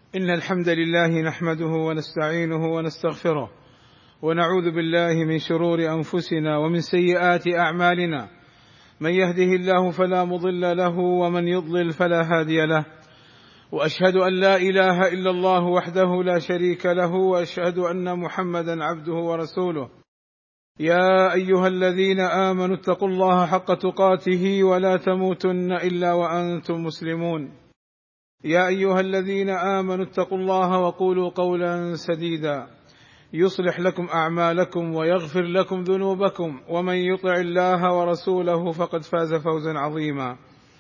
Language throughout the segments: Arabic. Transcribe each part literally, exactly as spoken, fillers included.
إن الحمد لله نحمده ونستعينه ونستغفره ونعوذ بالله من شرور أنفسنا ومن سيئات أعمالنا، من يهده الله فلا مضل له ومن يضلل فلا هادي له، وأشهد أن لا إله إلا الله وحده لا شريك له، وأشهد أن محمدا عبده ورسوله. يا أيها الذين آمنوا اتقوا الله حق تقاته ولا تموتن إلا وأنتم مسلمون. يا أيها الذين آمنوا اتقوا الله وقولوا قولا سديدا يصلح لكم أعمالكم ويغفر لكم ذنوبكم، ومن يطع الله ورسوله فقد فاز فوزا عظيما.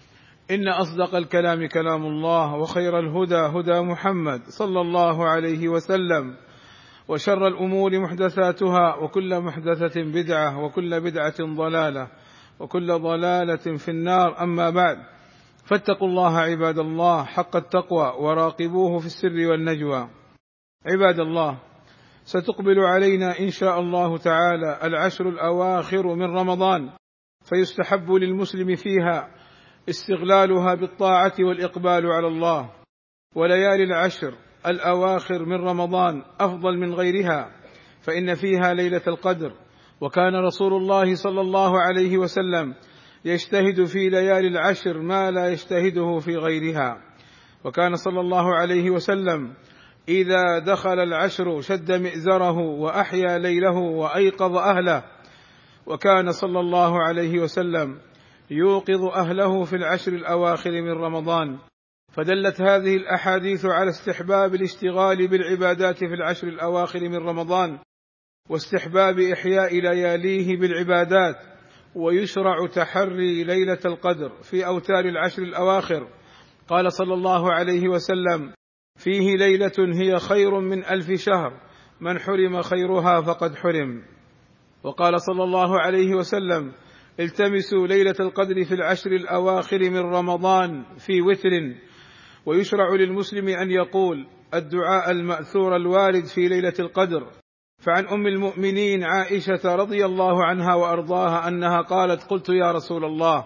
إن أصدق الكلام كلام الله، وخير الهدى هدى محمد صلى الله عليه وسلم، وشر الأمور محدثاتها، وكل محدثة بدعة، وكل بدعة ضلالة، وكل ضلالة في النار. أما بعد، فاتقوا الله عباد الله حق التقوى وراقبوه في السر والنجوى. عباد الله، ستقبل علينا إن شاء الله تعالى العشر الأواخر من رمضان، فيستحب للمسلم فيها استغلالها بالطاعة والإقبال على الله. وليالي العشر الأواخر من رمضان أفضل من غيرها، فإن فيها ليلة القدر، وكان رسول الله صلى الله عليه وسلم يجتهد في ليالي العشر ما لا يجتهده في غيرها. وكان صلى الله عليه وسلم إذا دخل العشر شد مئزره وأحيا ليله وأيقظ أهله، وكان صلى الله عليه وسلم يوقظ أهله في العشر الأواخر من رمضان. فدلت هذه الأحاديث على استحباب الاشتغال بالعبادات في العشر الأواخر من رمضان، واستحباب إحياء لياليه بالعبادات، ويشرع تحري ليلة القدر في أوتار العشر الأواخر. قال صلى الله عليه وسلم: فيه ليلة هي خير من ألف شهر، من حرم خيرها فقد حرم. وقال صلى الله عليه وسلم: التمسوا ليلة القدر في العشر الأواخر من رمضان في وتر. ويشرع للمسلم أن يقول الدعاء المأثور الوارد في ليلة القدر. فعن أم المؤمنين عائشة رضي الله عنها وأرضاها أنها قالت: قلت يا رسول الله،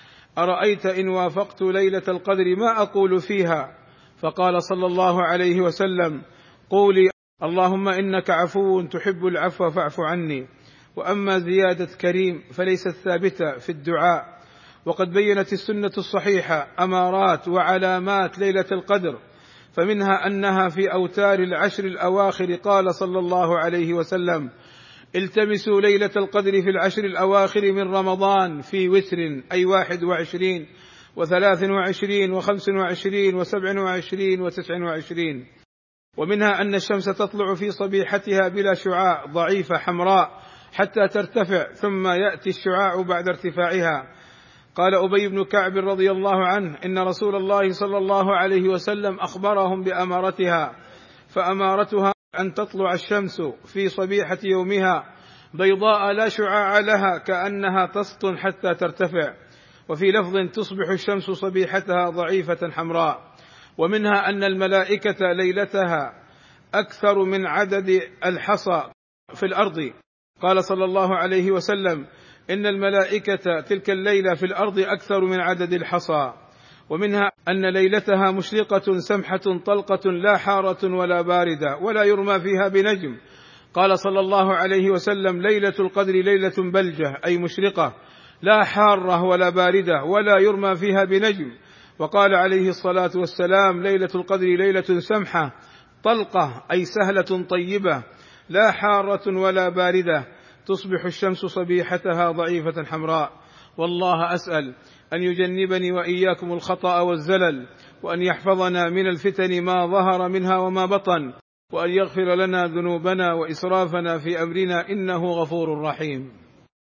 أرأيت إن وافقت ليلة القدر ما أقول فيها؟ فقال صلى الله عليه وسلم: قولي اللهم إنك عفو تحب العفو فاعف عني. وأما زيادة كريم فليست ثابتة في الدعاء. وقد بينت السنة الصحيحة أمارات وعلامات ليلة القدر، فمنها أنها في أوتار العشر الأواخر. قال صلى الله عليه وسلم: التمسوا ليلة القدر في العشر الأواخر من رمضان في وتر، أي واحد وعشرين وثلاث وعشرين وخمس وعشرين وسبع وعشرين وتسع وعشرين. ومنها أن الشمس تطلع في صبيحتها بلا شعاع، ضعيفة حمراء، حتى ترتفع، ثم يأتي الشعاع بعد ارتفاعها. قال أبي بن كعب رضي الله عنه: إن رسول الله صلى الله عليه وسلم أخبرهم بأمارتها، فأمارتها أن تطلع الشمس في صبيحة يومها بيضاء لا شعاع لها، كأنها تسطن حتى ترتفع. وفي لفظ: تصبح الشمس صبيحتها ضعيفة حمراء. ومنها أن الملائكة ليلتها أكثر من عدد الحصى في الأرض. قال صلى الله عليه وسلم: إن الملائكة تلك الليلة في الأرض أكثر من عدد الحصى. ومنها أن ليلتها مشرقة سمحة طلقة، لا حارة ولا باردة، ولا يرمى فيها بنجم. قال صلى الله عليه وسلم: ليلة القدر ليلة بلجة، أي مشرقة، لا حارة ولا باردة، ولا يرمى فيها بنجم. وقال عليه الصلاة والسلام: ليلة القدر ليلة سمحة طلقة، أي سهلة طيبة، لا حارة ولا باردة، تصبح الشمس صبيحتها ضعيفة حمراء. والله أسأل أن يجنبني وإياكم الخطأ والزلل، وأن يحفظنا من الفتن ما ظهر منها وما بطن، وأن يغفر لنا ذنوبنا وإسرافنا في أمرنا، إنه غفور رحيم.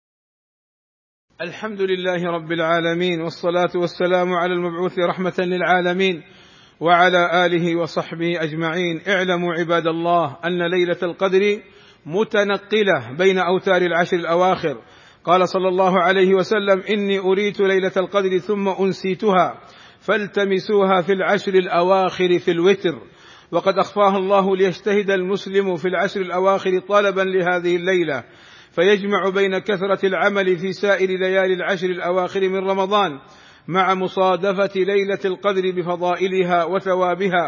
الحمد لله رب العالمين، والصلاة والسلام على المبعوث رحمة للعالمين، وعلى آله وصحبه أجمعين. اعلموا عباد الله أن ليلة القدر متنقلة بين أوتار العشر الأواخر. قال صلى الله عليه وسلم: إني أريت ليلة القدر ثم أنسيتها، فالتمسوها في العشر الأواخر في الوتر. وقد أخفاها الله ليجتهد المسلم في العشر الأواخر طلبا لهذه الليلة، فيجمع بين كثرة العمل في سائر ليالي العشر الأواخر من رمضان مع مصادفة ليلة القدر بفضائلها وثوابها،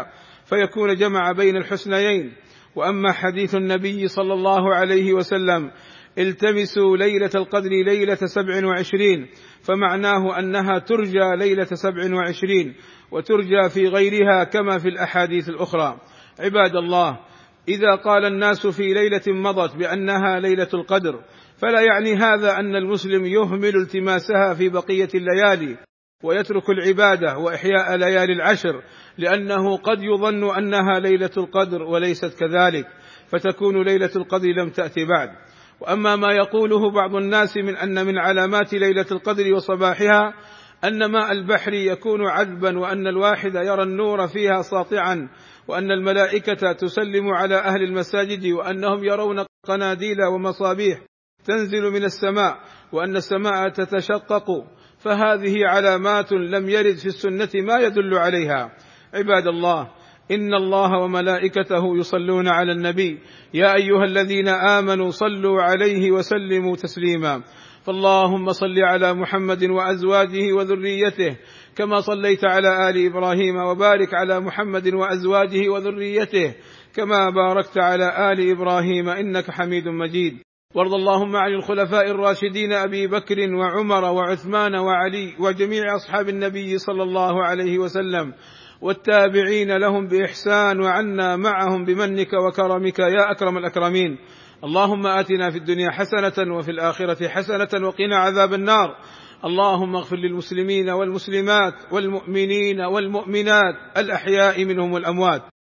فيكون جمع بين الحسنيين. وأما حديث النبي صلى الله عليه وسلم: التمسوا ليلة القدر ليلة سبع وعشرين، فمعناه أنها ترجى ليلة سبع وعشرين وترجى في غيرها كما في الأحاديث الأخرى. عباد الله، إذا قال الناس في ليلة مضت بأنها ليلة القدر، فلا يعني هذا أن المسلم يهمل التماسها في بقية الليالي ويترك العبادة وإحياء ليالي العشر، لأنه قد يظن أنها ليلة القدر وليست كذلك، فتكون ليلة القدر لم تأتي بعد. وأما ما يقوله بعض الناس من أن من علامات ليلة القدر وصباحها أن ماء البحر يكون عذبا، وأن الواحد يرى النور فيها ساطعا، وأن الملائكة تسلم على أهل المساجد، وأنهم يرون قناديل ومصابيح تنزل من السماء، وأن السماء تتشقق، فهذه علامات لم يرد في السنة ما يدل عليها. عباد الله، إن الله وملائكته يصلون على النبي، يا أيها الذين آمنوا صلوا عليه وسلموا تسليما. فاللهم صل على محمد وأزواجه وذريته كما صليت على آل إبراهيم، وبارك على محمد وأزواجه وذريته كما باركت على آل إبراهيم إنك حميد مجيد. وارض اللهم عن الخلفاء الراشدين أبي بكر وعمر وعثمان وعلي وجميع أصحاب النبي صلى الله عليه وسلم، والتابعين لهم بإحسان، وعنا معهم بمنك وكرمك يا أكرم الأكرمين. اللهم آتنا في الدنيا حسنة وفي الآخرة حسنة وقنا عذاب النار. اللهم اغفر للمسلمين والمسلمات والمؤمنين والمؤمنات الأحياء منهم والأموات.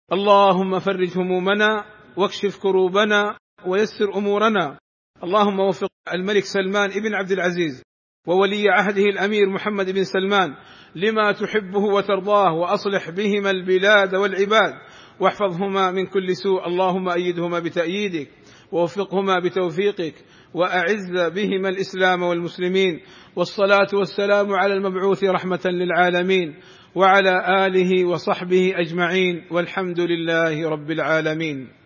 اللهم فرج همومنا واكشف كروبنا ويسر أمورنا. اللهم وفق الملك سلمان ابن عبد العزيز وولي عهده الأمير محمد بن سلمان لما تحبه وترضاه، وأصلح بهما البلاد والعباد، واحفظهما من كل سوء. اللهم أيدهما بتأييدك، ووفقهما بتوفيقك، وأعز بهما الإسلام والمسلمين. والصلاة والسلام على المبعوث رحمة للعالمين، وعلى آله وصحبه أجمعين، والحمد لله رب العالمين.